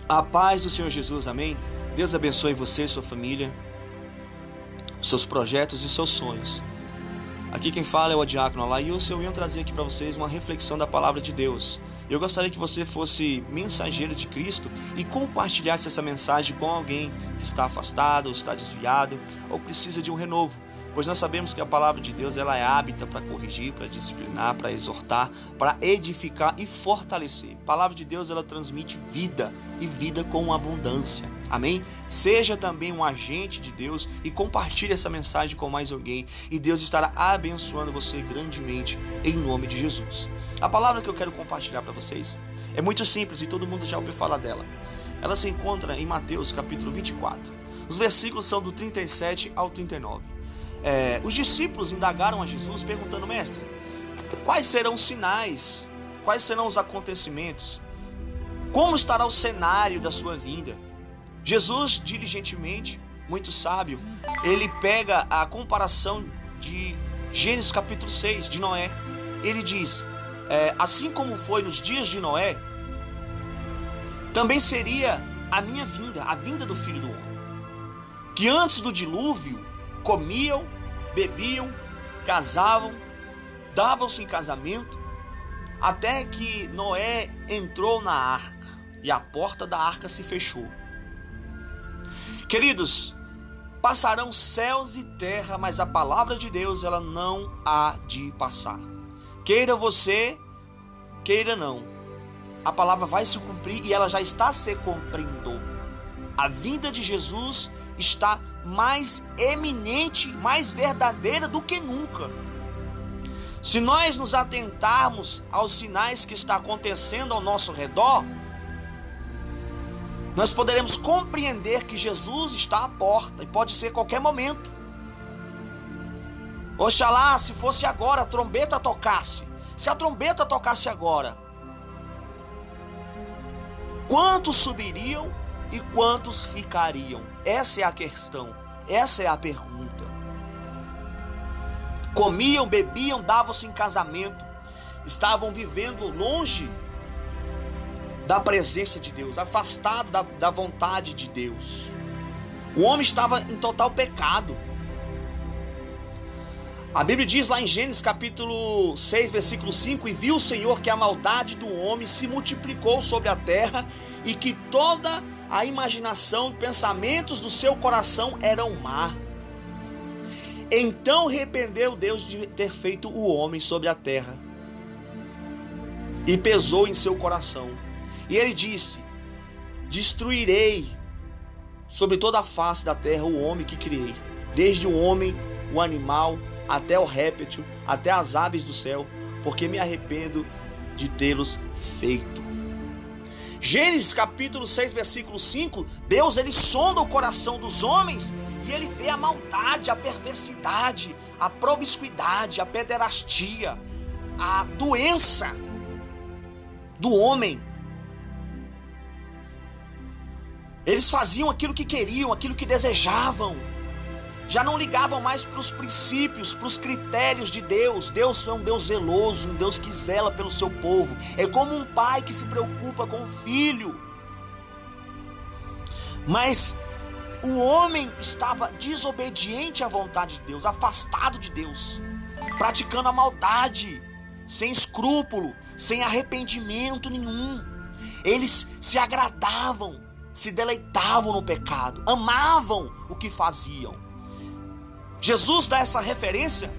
A paz do Senhor Jesus, amém? Deus abençoe você e sua família, seus projetos e seus sonhos. Aqui quem fala é o Diácono Alailson. Eu venho trazer aqui para vocês uma reflexão da palavra de Deus. Eu gostaria que você fosse mensageiro de Cristo e compartilhasse essa mensagem com alguém que está afastado, ou está desviado, ou precisa de um renovo. Pois nós sabemos que a palavra de Deus ela é hábita para corrigir, para disciplinar, para exortar, para edificar e fortalecer. A palavra de Deus ela transmite vida e vida com abundância. Amém? Seja também um agente de Deus e compartilhe essa mensagem com mais alguém e Deus estará abençoando você grandemente em nome de Jesus. A palavra que eu quero compartilhar para vocês é muito simples e todo mundo já ouviu falar dela. Ela se encontra em Mateus capítulo 24. Os versículos são do 37 ao 39. Os discípulos indagaram a Jesus perguntando: mestre, quais serão os sinais? Quais serão os acontecimentos? Como estará o cenário da sua vinda? Jesus, diligentemente, muito sábio, ele pega a comparação de Gênesis capítulo 6, de Noé. Ele diz, assim como foi nos dias de Noé, também seria a minha vinda, a vinda do Filho do Homem. Que antes do dilúvio, comiam, bebiam, casavam, davam-se em casamento, até que Noé entrou na arca e a porta da arca se fechou. Queridos, passarão céus e terra, mas a palavra de Deus ela não há de passar. Queira você, queira não, a palavra vai se cumprir e ela já está se cumprindo. A vinda de Jesus está mais eminente, mais verdadeira do que nunca. Se nós nos atentarmos aos sinais que está acontecendo ao nosso redor, nós poderemos compreender que Jesus está à porta e pode ser a qualquer momento. Oxalá se fosse agora a trombeta tocasse. Se a trombeta tocasse agora, quantos subiriam e quantos ficariam? Essa é a questão, essa é a pergunta. Comiam, bebiam, davam-se em casamento, estavam vivendo longe da presença de Deus, afastado da vontade de Deus. O homem estava em total pecado. A Bíblia diz lá em Gênesis capítulo 6, versículo 5: e viu o Senhor que a maldade do homem se multiplicou sobre a terra e que toda a imaginação e pensamentos do seu coração eram má. Então arrependeu Deus de ter feito o homem sobre a terra e pesou em seu coração. E ele disse: destruirei sobre toda a face da terra o homem que criei, desde o homem, o animal, até o réptil, até as aves do céu, porque me arrependo de tê-los feito. Gênesis capítulo 6, versículo 5, Deus ele sonda o coração dos homens e ele vê a maldade, a perversidade, a promiscuidade, a pederastia, a doença do homem. Eles faziam aquilo que queriam, aquilo que desejavam. Já não ligavam mais para os princípios, para os critérios de Deus. Deus é um Deus zeloso, um Deus que zela pelo seu povo. É como um pai que se preocupa com o filho. Mas o homem estava desobediente à vontade de Deus, afastado de Deus, praticando a maldade, sem escrúpulo, sem arrependimento nenhum. Eles se agradavam, se deleitavam no pecado, amavam o que faziam. Jesus dá essa referência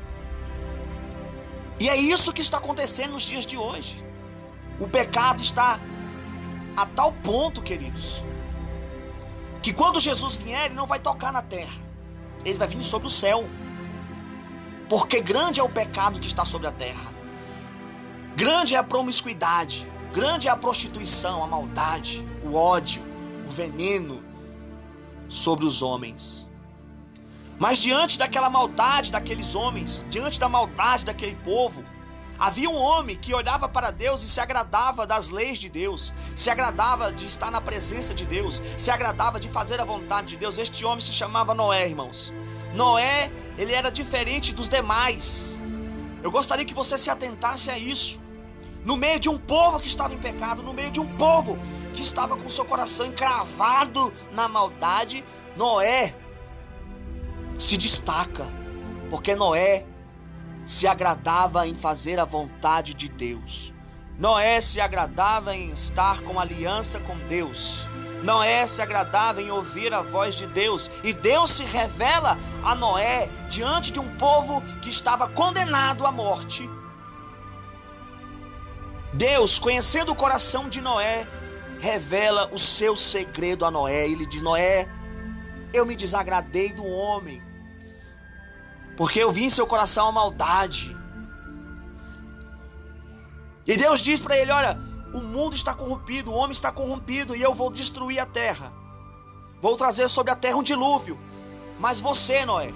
e é isso que está acontecendo nos dias de hoje. O pecado está a tal ponto, queridos, que quando Jesus vier, ele não vai tocar na terra, ele vai vir sobre o céu, porque grande é o pecado que está sobre a terra, grande é a promiscuidade, grande é a prostituição, a maldade, o ódio, o veneno sobre os homens. Mas diante daquela maldade daqueles homens, diante da maldade daquele povo, havia um homem que olhava para Deus e se agradava das leis de Deus, se agradava de estar na presença de Deus, se agradava de fazer a vontade de Deus. Este homem se chamava Noé, irmãos. Noé, ele era diferente dos demais. Eu gostaria que você se atentasse a isso. No meio de um povo que estava em pecado, no meio de um povo que estava com seu coração encravado na maldade, Noé se destaca, porque Noé se agradava em fazer a vontade de Deus. Noé se agradava em estar com aliança com Deus. Noé se agradava em ouvir a voz de Deus. E Deus se revela a Noé diante de um povo que estava condenado à morte. Deus, conhecendo o coração de Noé, revela o seu segredo a Noé. Ele diz: Noé, eu me desagradei do homem, porque eu vi em seu coração a maldade. E Deus diz para ele: olha, o mundo está corrompido, o homem está corrompido, e eu vou destruir a terra. Vou trazer sobre a terra um dilúvio. Mas você, Noé,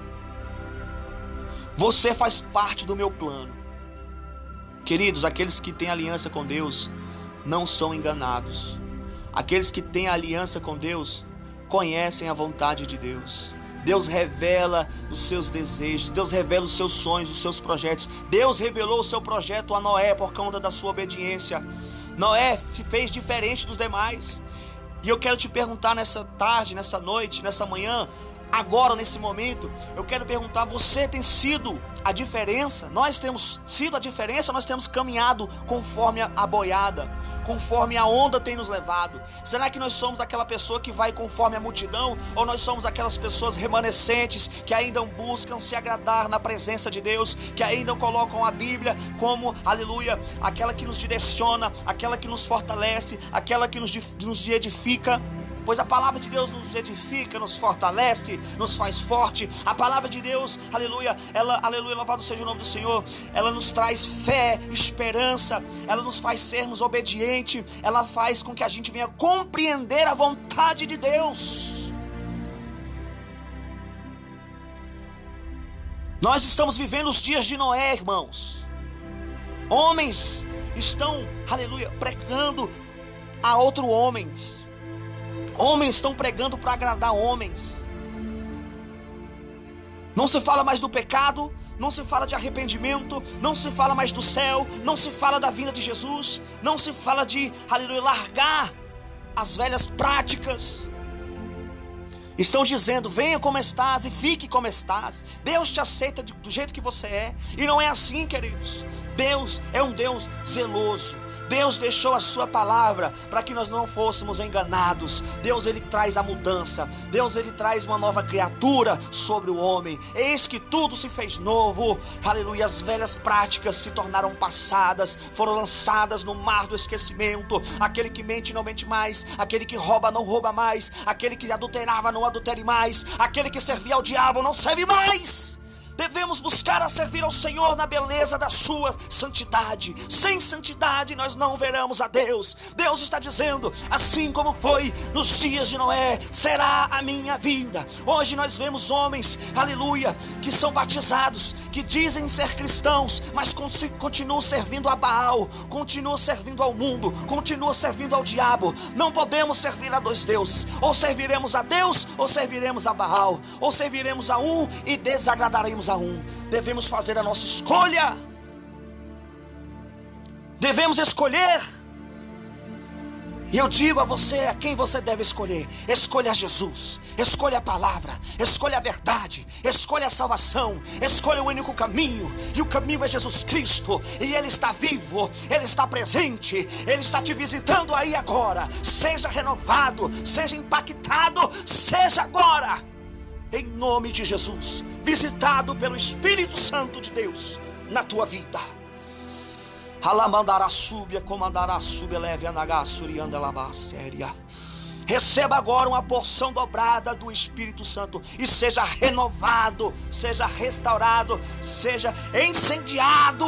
você faz parte do meu plano. Queridos, aqueles que têm aliança com Deus não são enganados. Aqueles que têm aliança com Deus conhecem a vontade de Deus. Deus revela os seus desejos, Deus revela os seus sonhos, os seus projetos. Deus revelou o seu projeto a Noé por conta da sua obediência. Noé se fez diferente dos demais. E eu quero te perguntar nessa tarde, nessa noite, nessa manhã, agora, nesse momento, eu quero perguntar: você tem sido a diferença? Nós temos sido a diferença? Nós temos caminhado conforme a boiada, conforme a onda tem nos levado? Será que nós somos aquela pessoa que vai conforme a multidão? Ou nós somos aquelas pessoas remanescentes que ainda buscam se agradar na presença de Deus, que ainda colocam a Bíblia como, aleluia, aquela que nos direciona, aquela que nos fortalece, aquela que nos edifica? Pois a palavra de Deus nos edifica, nos fortalece, nos faz forte. A palavra de Deus, aleluia, aleluia, louvado seja o nome do Senhor, ela nos traz fé, esperança, ela nos faz sermos obedientes, ela faz com que a gente venha compreender a vontade de Deus. Nós estamos vivendo os dias de Noé, irmãos. Homens estão, aleluia, pregando a outros homens. Homens estão pregando para agradar homens. Não se fala mais do pecado, não se fala de arrependimento, não se fala mais do céu, não se fala da vinda de Jesus, não se fala de, aleluia, largar as velhas práticas. Estão dizendo: venha como estás e fique como estás. Deus te aceita do jeito que você é. E não é assim, queridos. Deus é um Deus zeloso. Deus deixou a sua palavra para que nós não fôssemos enganados. Deus, ele traz a mudança. Deus, ele traz uma nova criatura sobre o homem. Eis que tudo se fez novo. Aleluia, as velhas práticas se tornaram passadas, foram lançadas no mar do esquecimento. Aquele que mente não mente mais, aquele que rouba não rouba mais, aquele que adulterava não adultere mais, aquele que servia ao diabo não serve mais. Devemos buscar a servir ao Senhor na beleza da sua santidade. Sem santidade nós não veremos a Deus. Deus está dizendo: assim como foi nos dias de Noé, será a minha vinda. Hoje nós vemos homens, aleluia, que são batizados, que dizem ser cristãos, mas continuam servindo a Baal, continuam servindo ao mundo, continuam servindo ao diabo. Não podemos servir a dois deuses. Ou serviremos a Deus, ou serviremos a Baal. Ou serviremos a um e desagradaremos a um. Devemos fazer a nossa escolha. Devemos escolher. E eu digo a você a quem você deve escolher. Escolha Jesus, escolha a palavra, escolha a verdade, escolha a salvação, escolha o único caminho. E o caminho é Jesus Cristo. E Ele está vivo, Ele está presente, Ele está te visitando aí agora. Seja renovado, seja impactado, seja agora, em nome de Jesus, visitado pelo Espírito Santo de Deus na tua vida. Alamandará súbia, comandará súbia, leve a nagassurianda labasséria. Receba agora uma porção dobrada do Espírito Santo e seja renovado, seja restaurado, seja incendiado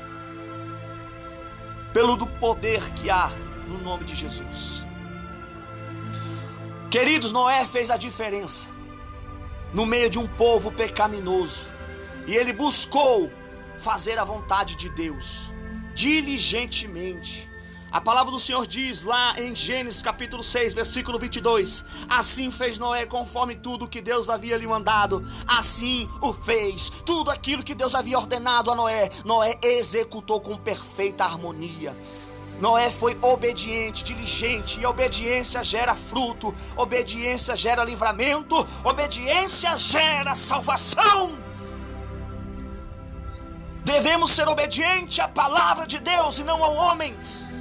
pelo do poder que há no nome de Jesus. Queridos, Noé fez a diferença no meio de um povo pecaminoso, e ele buscou fazer a vontade de Deus diligentemente. A palavra do Senhor diz lá em Gênesis capítulo 6, versículo 22: assim fez Noé conforme tudo que Deus havia lhe mandado, assim o fez. Tudo aquilo que Deus havia ordenado a Noé, Noé executou com perfeita harmonia. Noé foi obediente, diligente, e obediência gera fruto, obediência gera livramento, obediência gera salvação. Devemos ser obedientes à palavra de Deus e não a homens,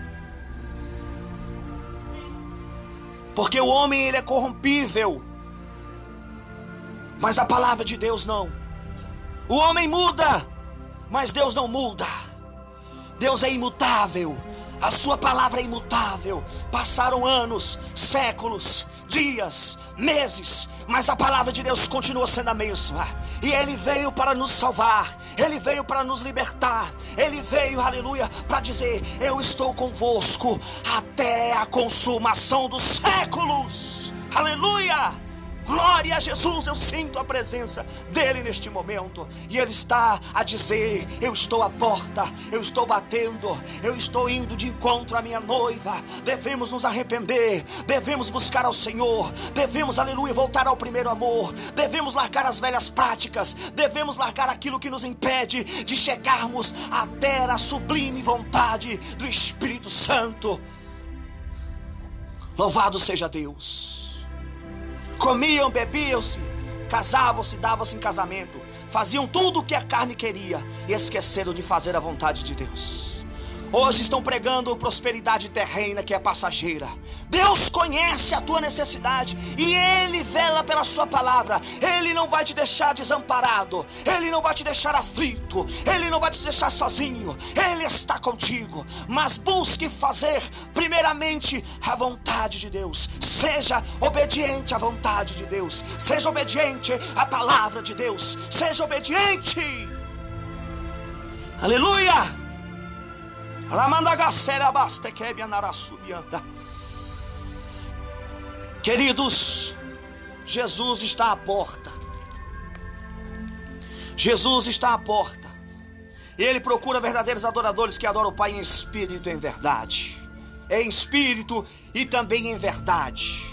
porque o homem ele é corrompível, mas a palavra de Deus não. O homem muda, mas Deus não muda. Deus é imutável, a sua palavra é imutável. Passaram anos, séculos, dias, meses, mas a palavra de Deus continua sendo a mesma. E Ele veio para nos salvar, Ele veio para nos libertar, Ele veio, aleluia, para dizer: eu estou convosco até a consumação dos séculos. Aleluia! Glória a Jesus, eu sinto a presença dEle neste momento. E Ele está a dizer: eu estou à porta, eu estou batendo, eu estou indo de encontro à minha noiva. Devemos nos arrepender, devemos buscar ao Senhor, devemos, aleluia, voltar ao primeiro amor. Devemos largar as velhas práticas, devemos largar aquilo que nos impede de chegarmos até a sublime vontade do Espírito Santo. Louvado seja Deus. Comiam, bebiam-se, casavam-se, davam-se em casamento, faziam tudo o que a carne queria e esqueceram de fazer a vontade de Deus. Hoje estão pregando prosperidade terrena que é passageira. Deus conhece a tua necessidade e Ele vela pela sua palavra. Ele não vai te deixar desamparado, Ele não vai te deixar aflito, Ele não vai te deixar sozinho. Ele está contigo, mas busque fazer primeiramente a vontade de Deus. Seja obediente à vontade de Deus, seja obediente à palavra de Deus, seja obediente. Aleluia! Queridos, Jesus está à porta. Jesus está à porta. E Ele procura verdadeiros adoradores que adoram o Pai em espírito e em verdade. Em espírito e também em verdade.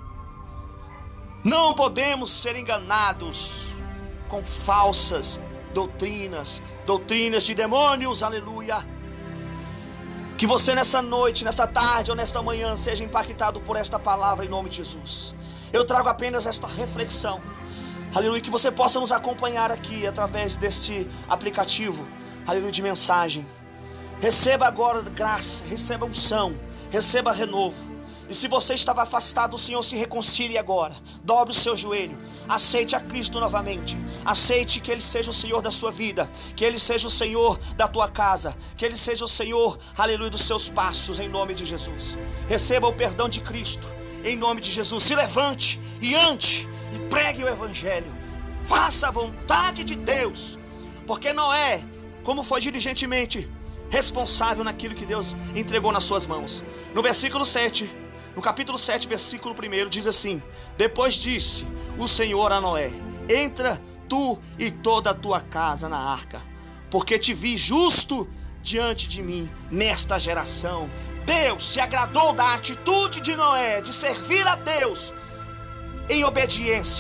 Não podemos ser enganados com falsas doutrinas, doutrinas de demônios, aleluia. Que você nessa noite, nessa tarde ou nesta manhã seja impactado por esta palavra em nome de Jesus. Eu trago apenas esta reflexão, aleluia, que você possa nos acompanhar aqui através deste aplicativo, aleluia, de mensagem. Receba agora graça, receba unção, receba renovo. E se você estava afastado, o Senhor se reconcilie agora. Dobre o seu joelho, aceite a Cristo novamente. Aceite que Ele seja o Senhor da sua vida, que Ele seja o Senhor da tua casa, que Ele seja o Senhor, aleluia, dos seus passos, em nome de Jesus. Receba o perdão de Cristo, em nome de Jesus. Se levante e ande e pregue o Evangelho. Faça a vontade de Deus, porque Noé, como foi diligentemente responsável naquilo que Deus entregou nas suas mãos. No versículo 7, no capítulo 7, versículo 1, diz assim: depois disse o Senhor a Noé: entra tu e toda a tua casa na arca, porque te vi justo diante de mim nesta geração. Deus se agradou da atitude de Noé, de servir a Deus em obediência,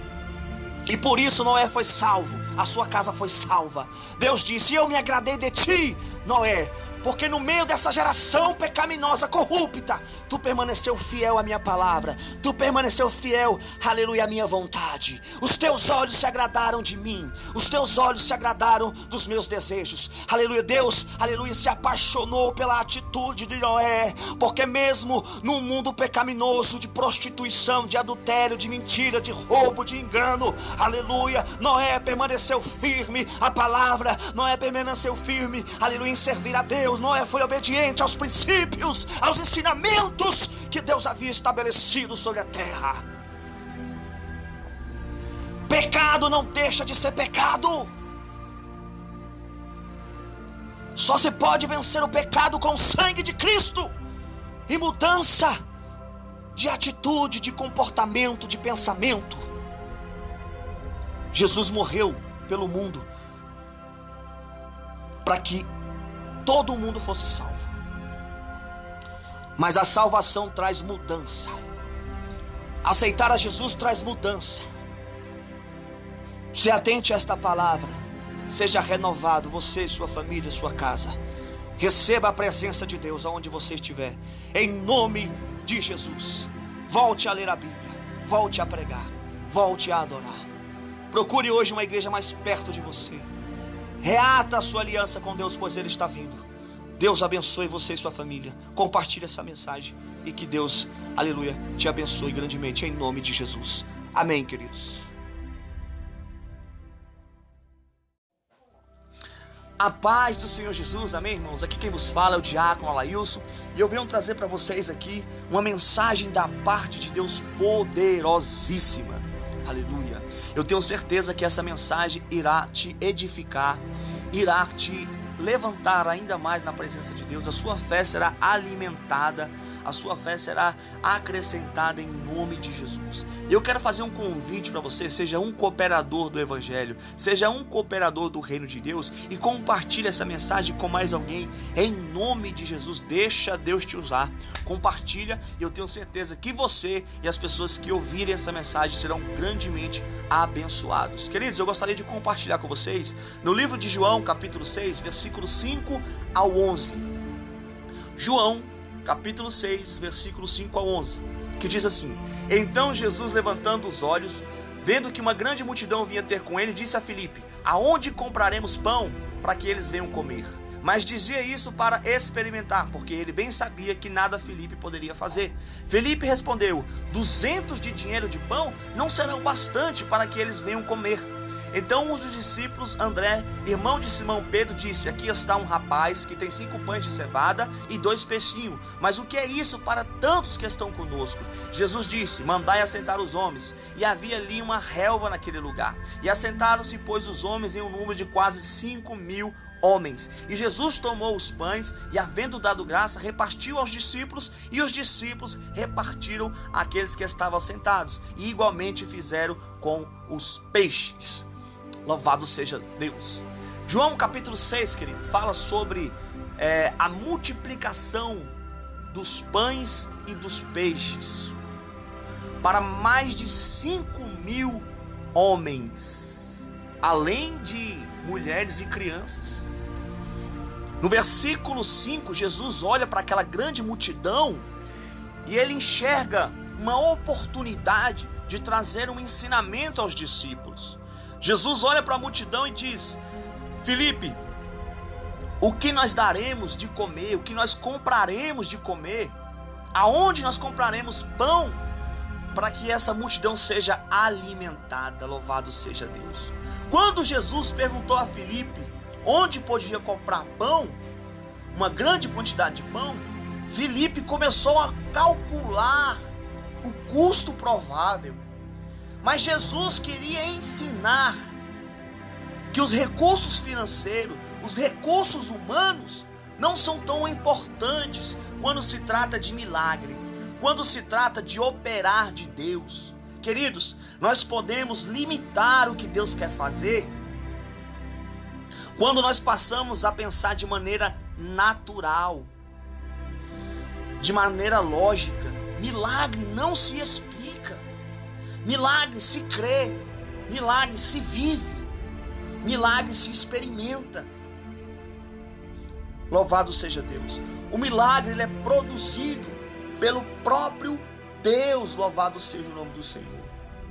e por isso Noé foi salvo, a sua casa foi salva. Deus disse: eu me agradei de ti, Noé, porque no meio dessa geração pecaminosa, corrupta, tu permaneceu fiel à minha palavra, tu permaneceu fiel, aleluia, à minha vontade. Os teus olhos se agradaram de mim, os teus olhos se agradaram dos meus desejos, aleluia. Deus, aleluia, se apaixonou pela atitude de Noé, porque mesmo num mundo pecaminoso de prostituição, de adultério, de mentira, de roubo, de engano, aleluia, Noé permaneceu firme à palavra, Noé permaneceu firme, aleluia, em servir a Deus. Noé foi obediente aos princípios, aos ensinamentos que Deus havia estabelecido sobre a terra. Pecado não deixa de ser pecado. Só se pode vencer o pecado com o sangue de Cristo e mudança de atitude, de comportamento, de pensamento. Jesus morreu pelo mundo para que todo mundo fosse salvo. Mas a salvação traz mudança. Aceitar a Jesus traz mudança. Se atente a esta palavra. Seja renovado, você, sua família, sua casa. Receba a presença de Deus aonde você estiver, em nome de Jesus. Volte a ler a Bíblia, volte a pregar, volte a adorar. Procure hoje uma igreja mais perto de você. Reata a sua aliança com Deus, pois Ele está vindo. Deus abençoe você e sua família. Compartilhe essa mensagem e que Deus, aleluia, te abençoe grandemente em nome de Jesus. Amém, queridos. A paz do Senhor Jesus, amém, irmãos? Aqui quem vos fala é o diácono Alailson, e eu venho trazer para vocês aqui uma mensagem da parte de Deus poderosíssima. Aleluia. Eu tenho certeza que essa mensagem irá te edificar, irá te levantar ainda mais na presença de Deus. A sua fé será alimentada, a sua fé será acrescentada em nome de Jesus. Eu quero fazer um convite para você: seja um cooperador do Evangelho, seja um cooperador do Reino de Deus e compartilhe essa mensagem com mais alguém em nome de Jesus. Deixa Deus te usar. Compartilha, e eu tenho certeza que você e as pessoas que ouvirem essa mensagem serão grandemente abençoados. Queridos, eu gostaria de compartilhar com vocês no livro de João, capítulo 6, versículos 5 ao 11. João, capítulo 6, versículo 5 ao 11, que diz assim: Então Jesus, levantando os olhos, vendo que uma grande multidão vinha ter com ele, disse a Filipe: Aonde compraremos pão para que eles venham comer? Mas dizia isso para experimentar, porque ele bem sabia que nada Filipe poderia fazer. Filipe respondeu: 200 de dinheiro de pão não serão bastante para que eles venham comer. Então um dos discípulos, André, irmão de Simão Pedro, disse: Aqui está um rapaz que tem 5 pães de cevada e 2 peixinhos, mas o que é isso para tantos que estão conosco? Jesus disse: Mandai assentar os homens. E havia ali uma relva naquele lugar. E assentaram-se, pois, os homens em um número de quase 5.000 homens. E Jesus tomou os pães e, havendo dado graça, repartiu aos discípulos, e os discípulos repartiram àqueles que estavam sentados, e igualmente fizeram com os peixes. Louvado seja Deus. João capítulo 6, querido, fala sobre a multiplicação dos pães e dos peixes para mais de 5.000 homens, além de mulheres e crianças. No versículo 5, Jesus olha para aquela grande multidão e ele enxerga uma oportunidade de trazer um ensinamento aos discípulos. Jesus olha para a multidão e diz: Filipe, o que nós daremos de comer, o que nós compraremos de comer, aonde nós compraremos pão para que essa multidão seja alimentada? Louvado seja Deus. Quando Jesus perguntou a Filipe onde podia comprar pão, uma grande quantidade de pão, Filipe começou a calcular o custo provável. Mas Jesus queria ensinar que os recursos financeiros, os recursos humanos não são tão importantes quando se trata de milagre, quando se trata de operar de Deus. Queridos, nós podemos limitar o que Deus quer fazer quando nós passamos a pensar de maneira natural, de maneira lógica. Milagre não se explica, milagre se crê, milagre se vive, milagre se experimenta. Louvado seja Deus. O milagre ele é produzido pelo próprio Deus. Louvado seja o nome do Senhor.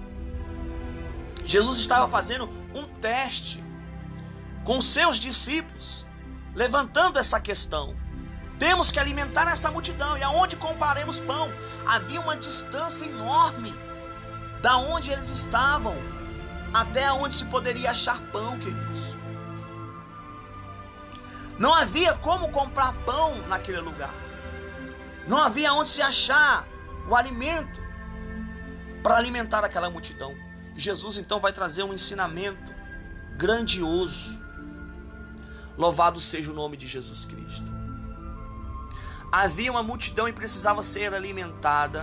Jesus estava fazendo um teste com seus discípulos, levantando essa questão: temos que alimentar essa multidão, e aonde compraremos pão? Havia uma distância enorme da onde eles estavam até onde se poderia achar pão, queridos. Não havia como comprar pão naquele lugar. Não havia onde se achar o alimento para alimentar aquela multidão. Jesus então vai trazer um ensinamento grandioso. Louvado seja o nome de Jesus Cristo. Havia uma multidão e precisava ser alimentada.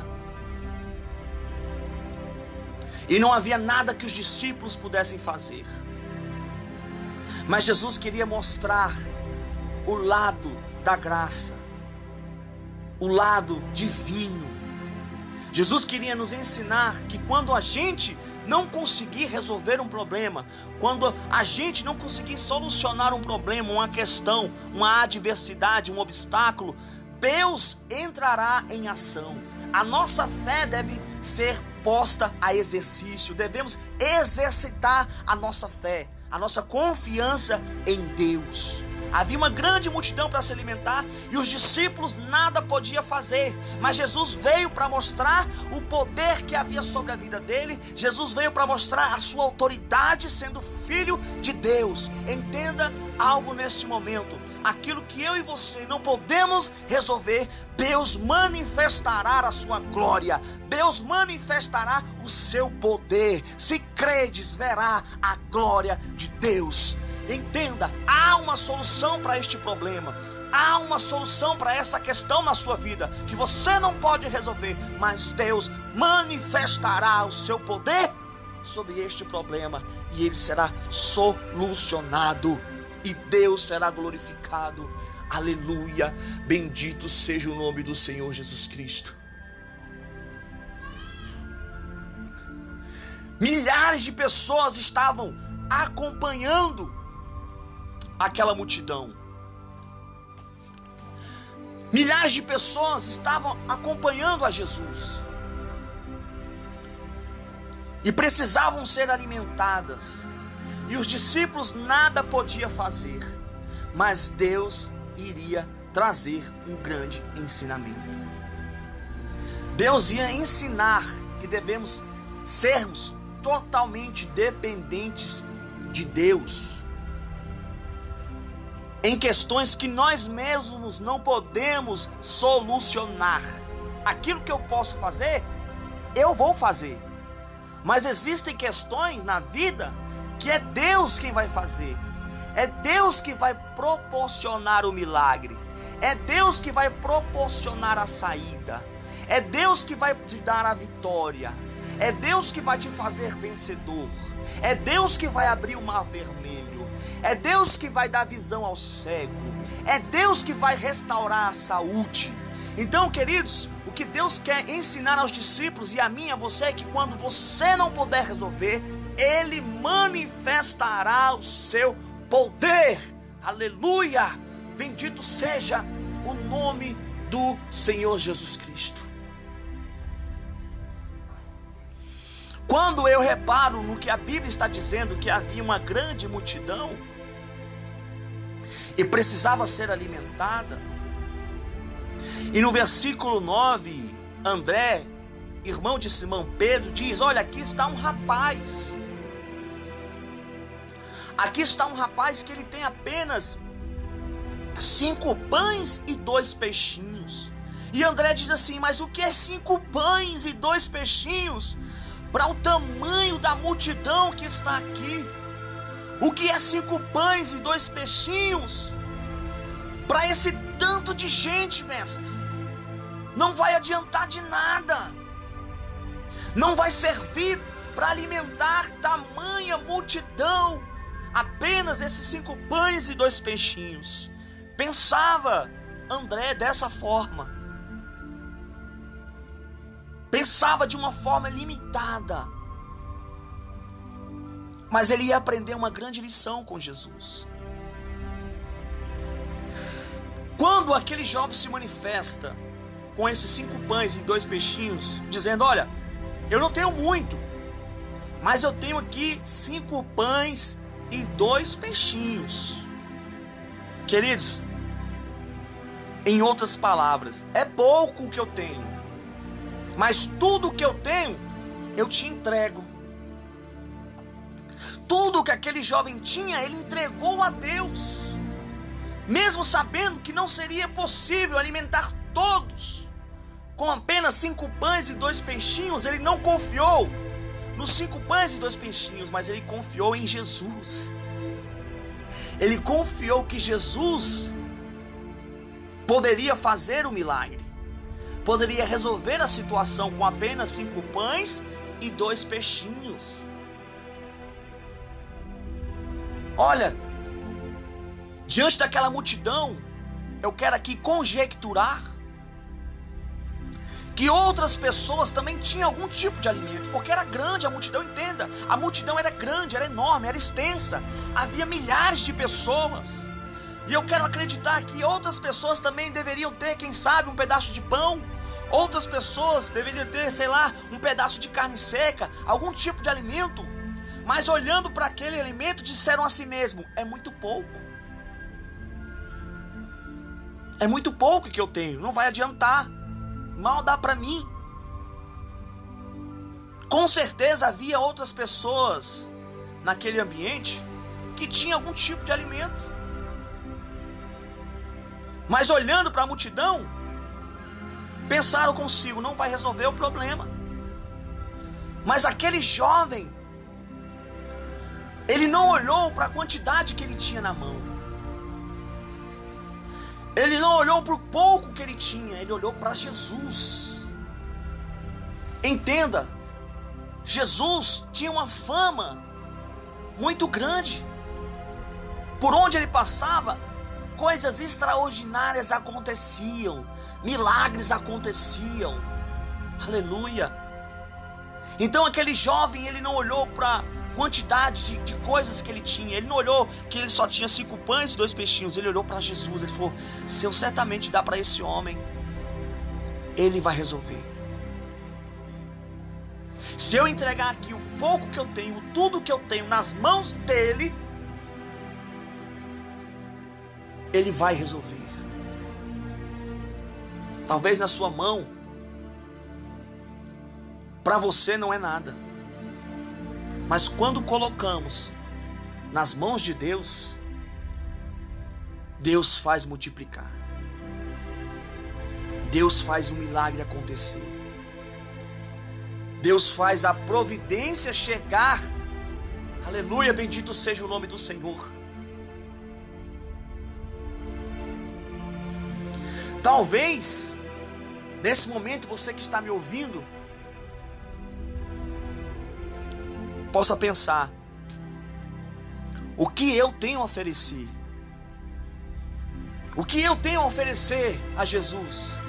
E não havia nada que os discípulos pudessem fazer. Mas Jesus queria mostrar o lado da graça, o lado divino. Jesus queria nos ensinar que quando a gente não conseguir resolver um problema, quando a gente não conseguir solucionar um problema, uma questão, uma adversidade, um obstáculo, Deus entrará em ação. A nossa fé deve ser posta a exercício. Devemos exercitar a nossa fé, a nossa confiança em Deus. Havia uma grande multidão para se alimentar e os discípulos nada podiam fazer, mas Jesus veio para mostrar o poder que havia sobre a vida dele. Jesus veio para mostrar a sua autoridade sendo filho de Deus. Entenda algo nesse momento: aquilo que eu e você não podemos resolver, Deus manifestará a sua glória, Deus manifestará o seu poder. Se credes, verá a glória de Deus. Entenda, há uma solução para este problema, há uma solução para essa questão na sua vida, que você não pode resolver, mas Deus manifestará o seu poder sobre este problema, e ele será solucionado, e Deus será glorificado. Aleluia, bendito seja o nome do Senhor Jesus Cristo. Milhares de pessoas estavam acompanhando aquela multidão. Milhares de pessoas estavam acompanhando a Jesus e precisavam ser alimentadas, e os discípulos nada podiam fazer, mas Deus iria trazer um grande ensinamento. Deus ia ensinar que devemos sermos totalmente dependentes de Deus em questões que nós mesmos não podemos solucionar. Aquilo que eu posso fazer, eu vou fazer, mas existem questões na vida que é Deus quem vai fazer. É Deus que vai proporcionar o milagre, é Deus que vai proporcionar a saída, é Deus que vai te dar a vitória, é Deus que vai te fazer vencedor, é Deus que vai abrir o mar vermelho, é Deus que vai dar visão ao cego, é Deus que vai restaurar a saúde. Então, queridos, o que Deus quer ensinar aos discípulos e a mim e a você é que quando você não puder resolver, Ele manifestará o seu poder. Aleluia! Bendito seja o nome do Senhor Jesus Cristo. Quando eu reparo no que a Bíblia está dizendo, que havia uma grande multidão e precisava ser alimentada, e no versículo 9, André, irmão de Simão Pedro, diz: olha, aqui está um rapaz. Aqui está um rapaz que ele tem apenas 5 pães e 2 peixinhos. E André diz assim: mas o que é 5 pães e 2 peixinhos para o tamanho da multidão que está aqui? O que é 5 pães e 2 peixinhos para esse tanto de gente, mestre? Não vai adiantar de nada. Não vai servir para alimentar tamanha multidão. Apenas esses 5 pães e 2 peixinhos. Pensava André dessa forma. Pensava de uma forma limitada. Mas ele ia aprender uma grande lição com Jesus. Quando aquele jovem se manifesta com esses 5 pães e 2 peixinhos, dizendo: olha, eu não tenho muito, mas eu tenho aqui 5 pães e 2 peixinhos. Queridos, em outras palavras, é pouco o que eu tenho, mas tudo o que eu tenho, eu te entrego. Tudo que aquele jovem tinha, ele entregou a Deus. Mesmo sabendo que não seria possível alimentar todos com apenas 5 pães e 2 peixinhos, ele não confiou nos 5 pães e 2 peixinhos, mas ele confiou em Jesus. Ele confiou que Jesus poderia fazer o milagre, poderia resolver a situação com apenas 5 pães e 2 peixinhos. Olha, diante daquela multidão, eu quero aqui conjecturar que outras pessoas também tinham algum tipo de alimento, porque era grande a multidão, entenda, a multidão era grande, era enorme, era extensa, havia milhares de pessoas, e eu quero acreditar que outras pessoas também deveriam ter, quem sabe, um pedaço de pão, outras pessoas deveriam ter, sei lá, um pedaço de carne seca, algum tipo de alimento, mas olhando para aquele alimento disseram a si mesmo, é muito pouco que eu tenho, não vai adiantar, mal dá para mim. Com certeza havia outras pessoas naquele ambiente que tinham algum tipo de alimento, mas olhando para a multidão, pensaram consigo, não vai resolver o problema. Mas aquele jovem, ele não olhou para a quantidade que ele tinha na mão, ele não olhou para o pouco que ele tinha, ele olhou para Jesus. Entenda, Jesus tinha uma fama muito grande. Por onde ele passava, coisas extraordinárias aconteciam, milagres aconteciam. Aleluia. Então aquele jovem, ele não olhou para quantidade de coisas que ele tinha, ele não olhou que ele só tinha 5 pães e 2 peixinhos, ele olhou para Jesus, ele falou, se eu certamente dar para esse homem, ele vai resolver. Se eu entregar aqui o pouco que eu tenho, tudo que eu tenho nas mãos dele, ele vai resolver. Talvez na sua mão, para você não é nada, mas quando colocamos nas mãos de Deus, Deus faz multiplicar. Deus faz o milagre acontecer. Deus faz a providência chegar. Aleluia, bendito seja o nome do Senhor. Talvez, nesse momento, você que está me ouvindo, possa pensar, o que eu tenho a oferecer? O que eu tenho a oferecer a Jesus?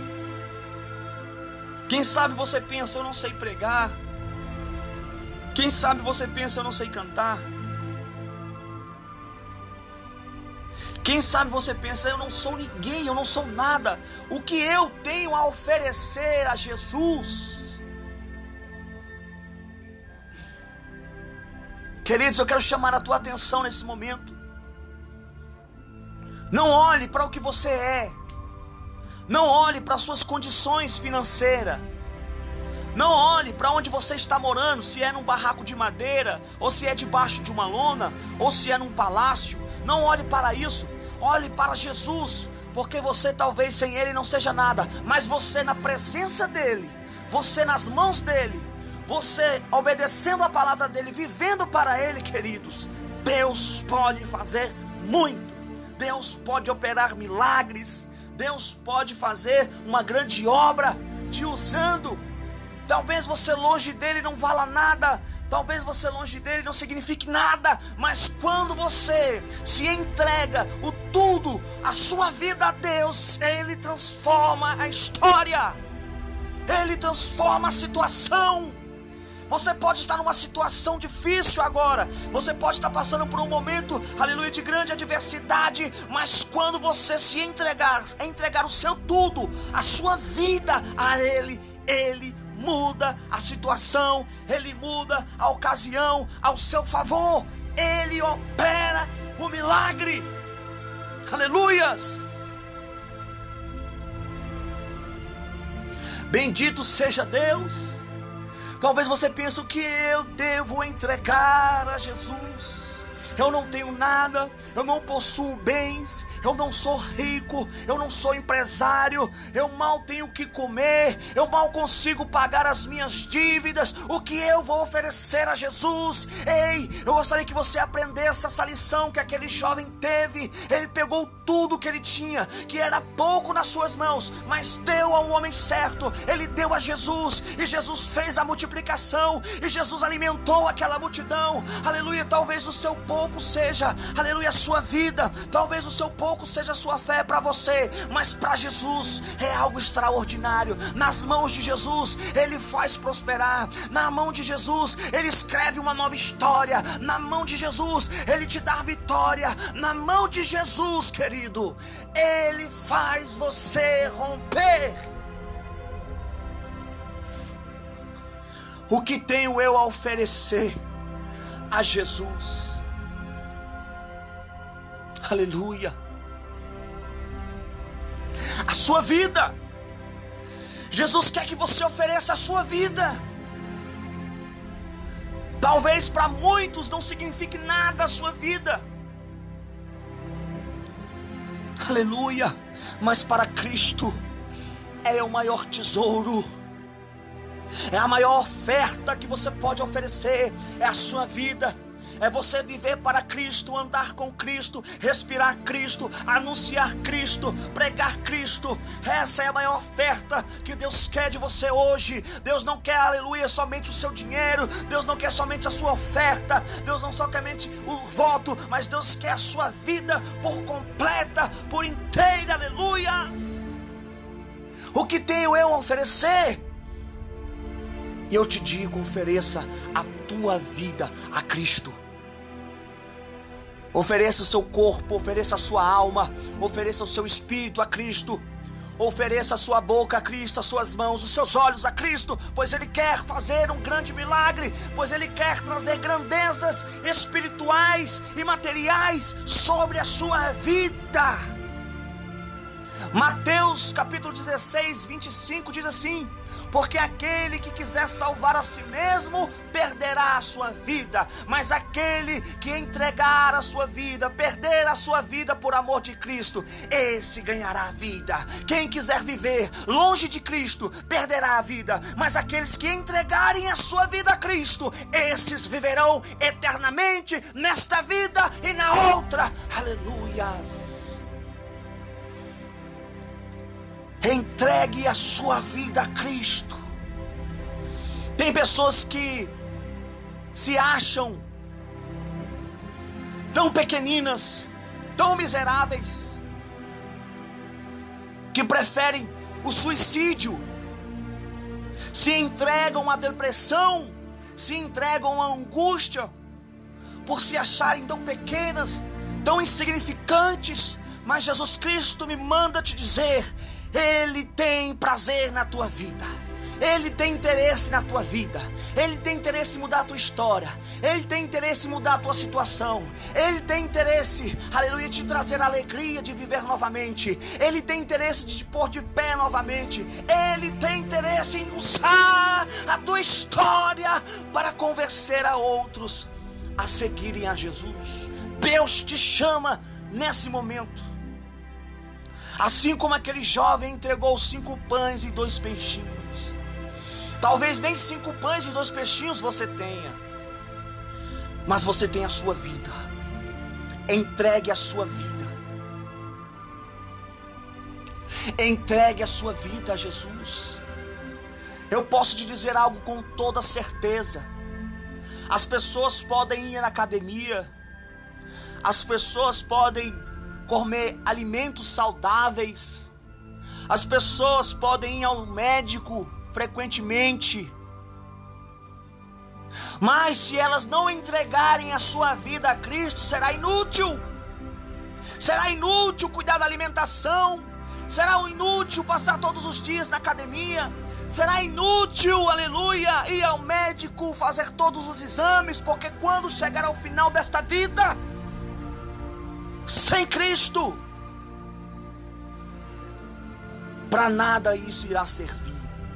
Quem sabe você pensa, eu não sei pregar. Quem sabe você pensa, eu não sei cantar. Quem sabe você pensa, eu não sou ninguém, eu não sou nada. O que eu tenho a oferecer a Jesus? Queridos, eu quero chamar a tua atenção nesse momento. Não olhe para o que você é. Não olhe para as suas condições financeiras. Não olhe para onde você está morando, se é num barraco de madeira, ou se é debaixo de uma lona, ou se é num palácio. Não olhe para isso. Olhe para Jesus, porque você talvez sem Ele não seja nada, mas você na presença dEle, você nas mãos dEle, você obedecendo a palavra dEle, vivendo para Ele, queridos, Deus pode fazer muito. Deus pode operar milagres. Deus pode fazer uma grande obra te usando. Talvez você longe dele não vala nada, talvez você longe dele não signifique nada, mas quando você se entrega o tudo, a sua vida a Deus, Ele transforma a história, Ele transforma a situação. Você pode estar numa situação difícil agora, você pode estar passando por um momento, aleluia, de grande adversidade, mas quando você se entregar o seu tudo, a sua vida a Ele, Ele muda a situação, Ele muda a ocasião ao seu favor, Ele opera o milagre. Aleluias! Bendito seja Deus. Talvez você pense, o que eu devo entregar a Jesus? Eu não tenho nada, eu não possuo bens, eu não sou rico, eu não sou empresário, eu mal tenho o que comer, eu mal consigo pagar as minhas dívidas. O que eu vou oferecer a Jesus? Ei, eu gostaria que você aprendesse essa lição que aquele jovem teve. Ele pegou tudo que ele tinha, que era pouco nas suas mãos, mas deu ao homem certo. Ele deu a Jesus, e Jesus fez a multiplicação, e Jesus alimentou aquela multidão. Aleluia. Talvez o seu pouco seja, aleluia, a sua vida. Talvez o seu pouco pouco seja a sua fé para você, mas para Jesus é algo extraordinário. Nas mãos de Jesus Ele faz prosperar. Na mão de Jesus Ele escreve uma nova história. Na mão de Jesus Ele te dá vitória. Na mão de Jesus, querido, Ele faz você romper. O que tenho eu a oferecer a Jesus? Aleluia. A sua vida. Jesus quer que você ofereça a sua vida. Talvez para muitos não signifique nada a sua vida. Aleluia. Mas para Cristo é o maior tesouro. É a maior oferta que você pode oferecer. É a sua vida. É você viver para Cristo, andar com Cristo, respirar Cristo, anunciar Cristo, pregar Cristo. Essa é a maior oferta que Deus quer de você hoje. Deus não quer, aleluia, somente o seu dinheiro. Deus não quer somente a sua oferta. Deus não somente o voto, mas Deus quer a sua vida por completa, por inteira, aleluia. O que tenho eu a oferecer? E eu te digo, ofereça a tua vida a Cristo. Ofereça o seu corpo, ofereça a sua alma, ofereça o seu espírito a Cristo. Ofereça a sua boca a Cristo, as suas mãos, os seus olhos a Cristo, pois Ele quer fazer um grande milagre, pois Ele quer trazer grandezas espirituais e materiais sobre a sua vida. Mateus capítulo 16, 25 diz assim: porque aquele que quiser salvar a si mesmo, perderá a sua vida. Mas aquele que entregar a sua vida, perder a sua vida por amor de Cristo, esse ganhará a vida. Quem quiser viver longe de Cristo, perderá a vida. Mas aqueles que entregarem a sua vida a Cristo, esses viverão eternamente nesta vida e na outra. Aleluias. Entregue a sua vida a Cristo. Tem pessoas que se acham tão pequeninas, tão miseráveis, que preferem o suicídio, se entregam à depressão, se entregam à angústia, por se acharem tão pequenas, tão insignificantes. Mas Jesus Cristo me manda te dizer: Ele tem prazer na tua vida. Ele tem interesse na tua vida. Ele tem interesse em mudar a tua história. Ele tem interesse em mudar a tua situação. Ele tem interesse, aleluia, de te trazer a alegria de viver novamente. Ele tem interesse de te pôr de pé novamente. Ele tem interesse em usar a tua história para convencer a outros a seguirem a Jesus. Deus te chama nesse momento. Assim como aquele jovem entregou 5 pães e 2 peixinhos. Talvez nem 5 pães e 2 peixinhos você tenha, mas você tem a sua vida. Entregue a sua vida. Entregue a sua vida a Jesus. Eu posso te dizer algo com toda certeza. As pessoas podem ir na academia. As pessoas podem comer alimentos saudáveis. As pessoas podem ir ao médico frequentemente, mas se elas não entregarem a sua vida a Cristo, será inútil. Será inútil cuidar da alimentação. Será inútil passar todos os dias na academia. Será inútil, aleluia, ir ao médico, fazer todos os exames, porque quando chegar ao final desta vida, sem Cristo, para nada isso irá servir.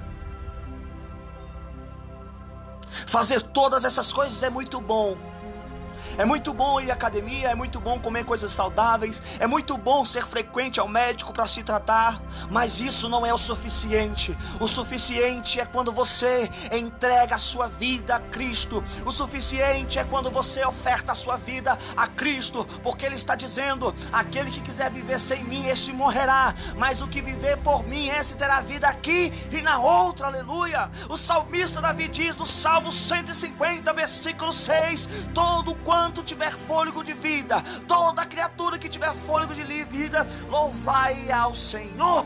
Fazer todas essas coisas é muito bom. É muito bom ir à academia, é muito bom comer coisas saudáveis, é muito bom ser frequente ao médico para se tratar, mas isso não é o suficiente. O suficiente é quando você entrega a sua vida a Cristo. O suficiente é quando você oferta a sua vida a Cristo, porque Ele está dizendo: aquele que quiser viver sem mim, esse morrerá, mas o que viver por mim, esse terá vida aqui e na outra. Aleluia. O salmista Davi diz no Salmo 150, versículo 6: todo quanto enquanto tiver fôlego de vida, toda criatura que tiver fôlego de vida, louvai ao Senhor.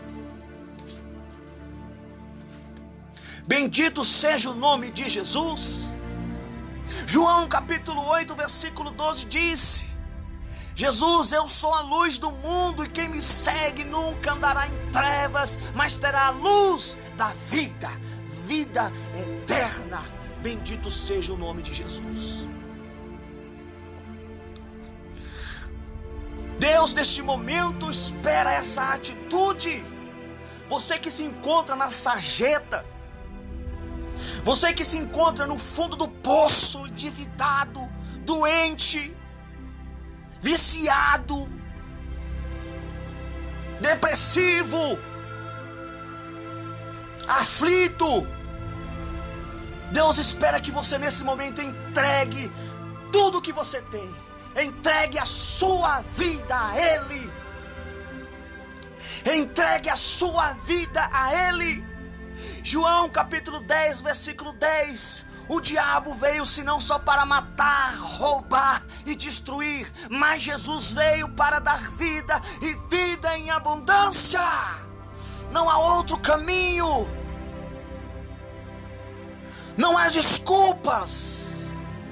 Bendito seja o nome de Jesus. João capítulo 8, versículo 12 disse: Jesus, eu sou a luz do mundo, e quem me segue nunca andará em trevas, mas terá a luz da vida, vida eterna. Bendito seja o nome de Jesus. Deus neste momento espera essa atitude. Você que se encontra na sarjeta, você que se encontra no fundo do poço, endividado, doente, viciado, depressivo, aflito, Deus espera que você nesse momento entregue tudo o que você tem, entregue a sua vida a Ele, entregue a sua vida a Ele. João capítulo 10, versículo 10: o diabo veio senão só para matar, roubar e destruir, mas Jesus veio para dar vida e vida em abundância. Não há outro caminho, não há desculpas.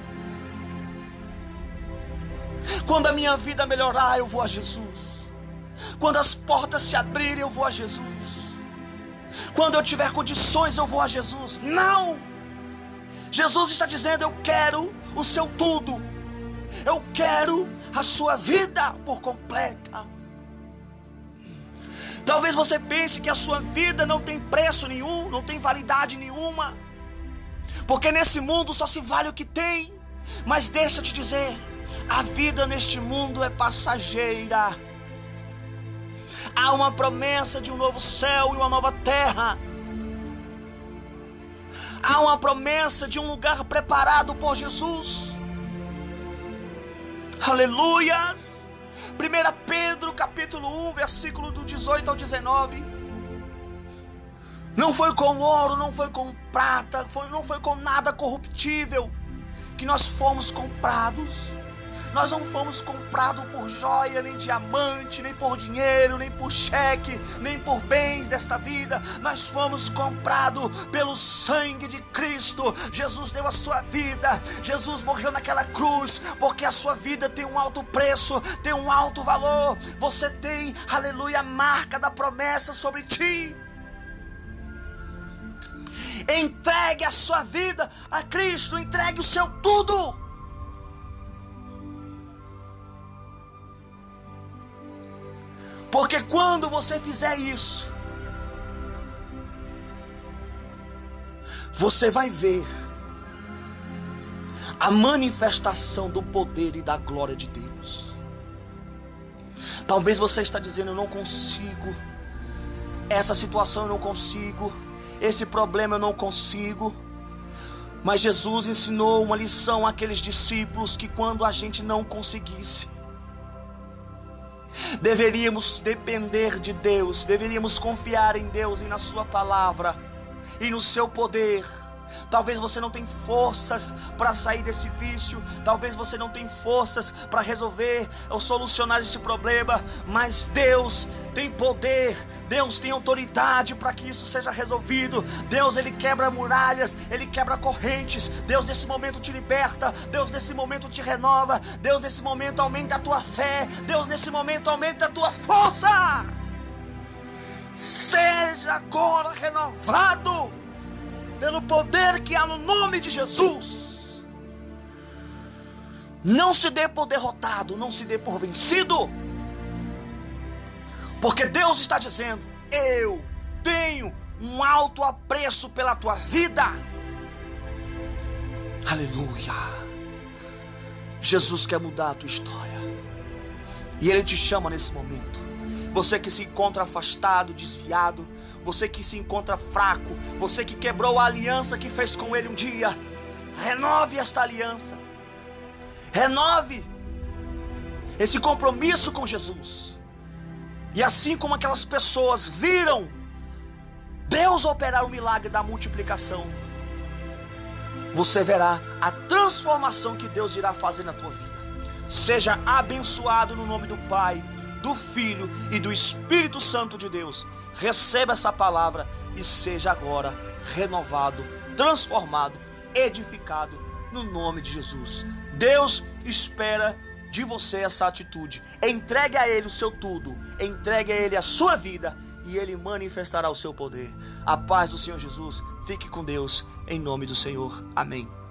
Quando a minha vida melhorar, eu vou a Jesus. Quando as portas se abrirem, eu vou a Jesus. Quando eu tiver condições, eu vou a Jesus. Não! Jesus está dizendo: eu quero o seu tudo. Eu quero a sua vida por completa. Talvez você pense que a sua vida não tem preço nenhum, não tem validade nenhuma, porque nesse mundo só se vale o que tem. Mas deixa eu te dizer, a vida neste mundo é passageira. Há uma promessa de um novo céu e uma nova terra. Há uma promessa de um lugar preparado por Jesus. Aleluias! 1 Pedro capítulo 1, versículo do 18 ao 19. Não foi com ouro, não foi com prata, não foi com nada corruptível que nós fomos comprados. Nós não fomos comprados por joia, nem diamante, nem por dinheiro, nem por cheque, nem por bens desta vida. Nós fomos comprados pelo sangue de Cristo. Jesus deu a sua vida. Jesus morreu naquela cruz, porque a sua vida tem um alto preço, tem um alto valor. Você tem, aleluia, a marca da promessa sobre ti. Entregue a sua vida a Cristo, entregue o seu tudo. Porque quando você fizer isso, você vai ver a manifestação do poder e da glória de Deus. Talvez você está dizendo: eu não consigo, essa situação eu não consigo, esse problema eu não consigo. Mas Jesus ensinou uma lição àqueles discípulos que quando a gente não conseguisse, deveríamos depender de Deus, deveríamos confiar em Deus e na sua palavra e no seu poder. Talvez você não tenha forças para sair desse vício, talvez você não tenha forças para resolver ou solucionar esse problema, mas Deus tem poder, Deus tem autoridade para que isso seja resolvido. Deus, Ele quebra muralhas, Ele quebra correntes. Deus nesse momento te liberta, Deus nesse momento te renova, Deus nesse momento aumenta a tua fé, Deus nesse momento aumenta a tua força. Seja agora renovado pelo poder que há no nome de Jesus. Não se dê por derrotado, não se dê por vencido, porque Deus está dizendo: eu tenho um alto apreço pela tua vida. Aleluia! Jesus quer mudar a tua história, e Ele te chama nesse momento. Você que se encontra afastado, desviado, você que se encontra fraco, você que quebrou a aliança que fez com Ele um dia, renove esta aliança, renove esse compromisso com Jesus. E assim como aquelas pessoas viram Deus operar o milagre da multiplicação, você verá a transformação que Deus irá fazer na tua vida. Seja abençoado no nome do Pai, do Filho e do Espírito Santo de Deus. Receba essa palavra e seja agora renovado, transformado, edificado no nome de Jesus. Deus espera de você essa atitude. Entregue a Ele o seu tudo, entregue a Ele a sua vida e Ele manifestará o seu poder. A paz do Senhor Jesus, fique com Deus, em nome do Senhor. Amém.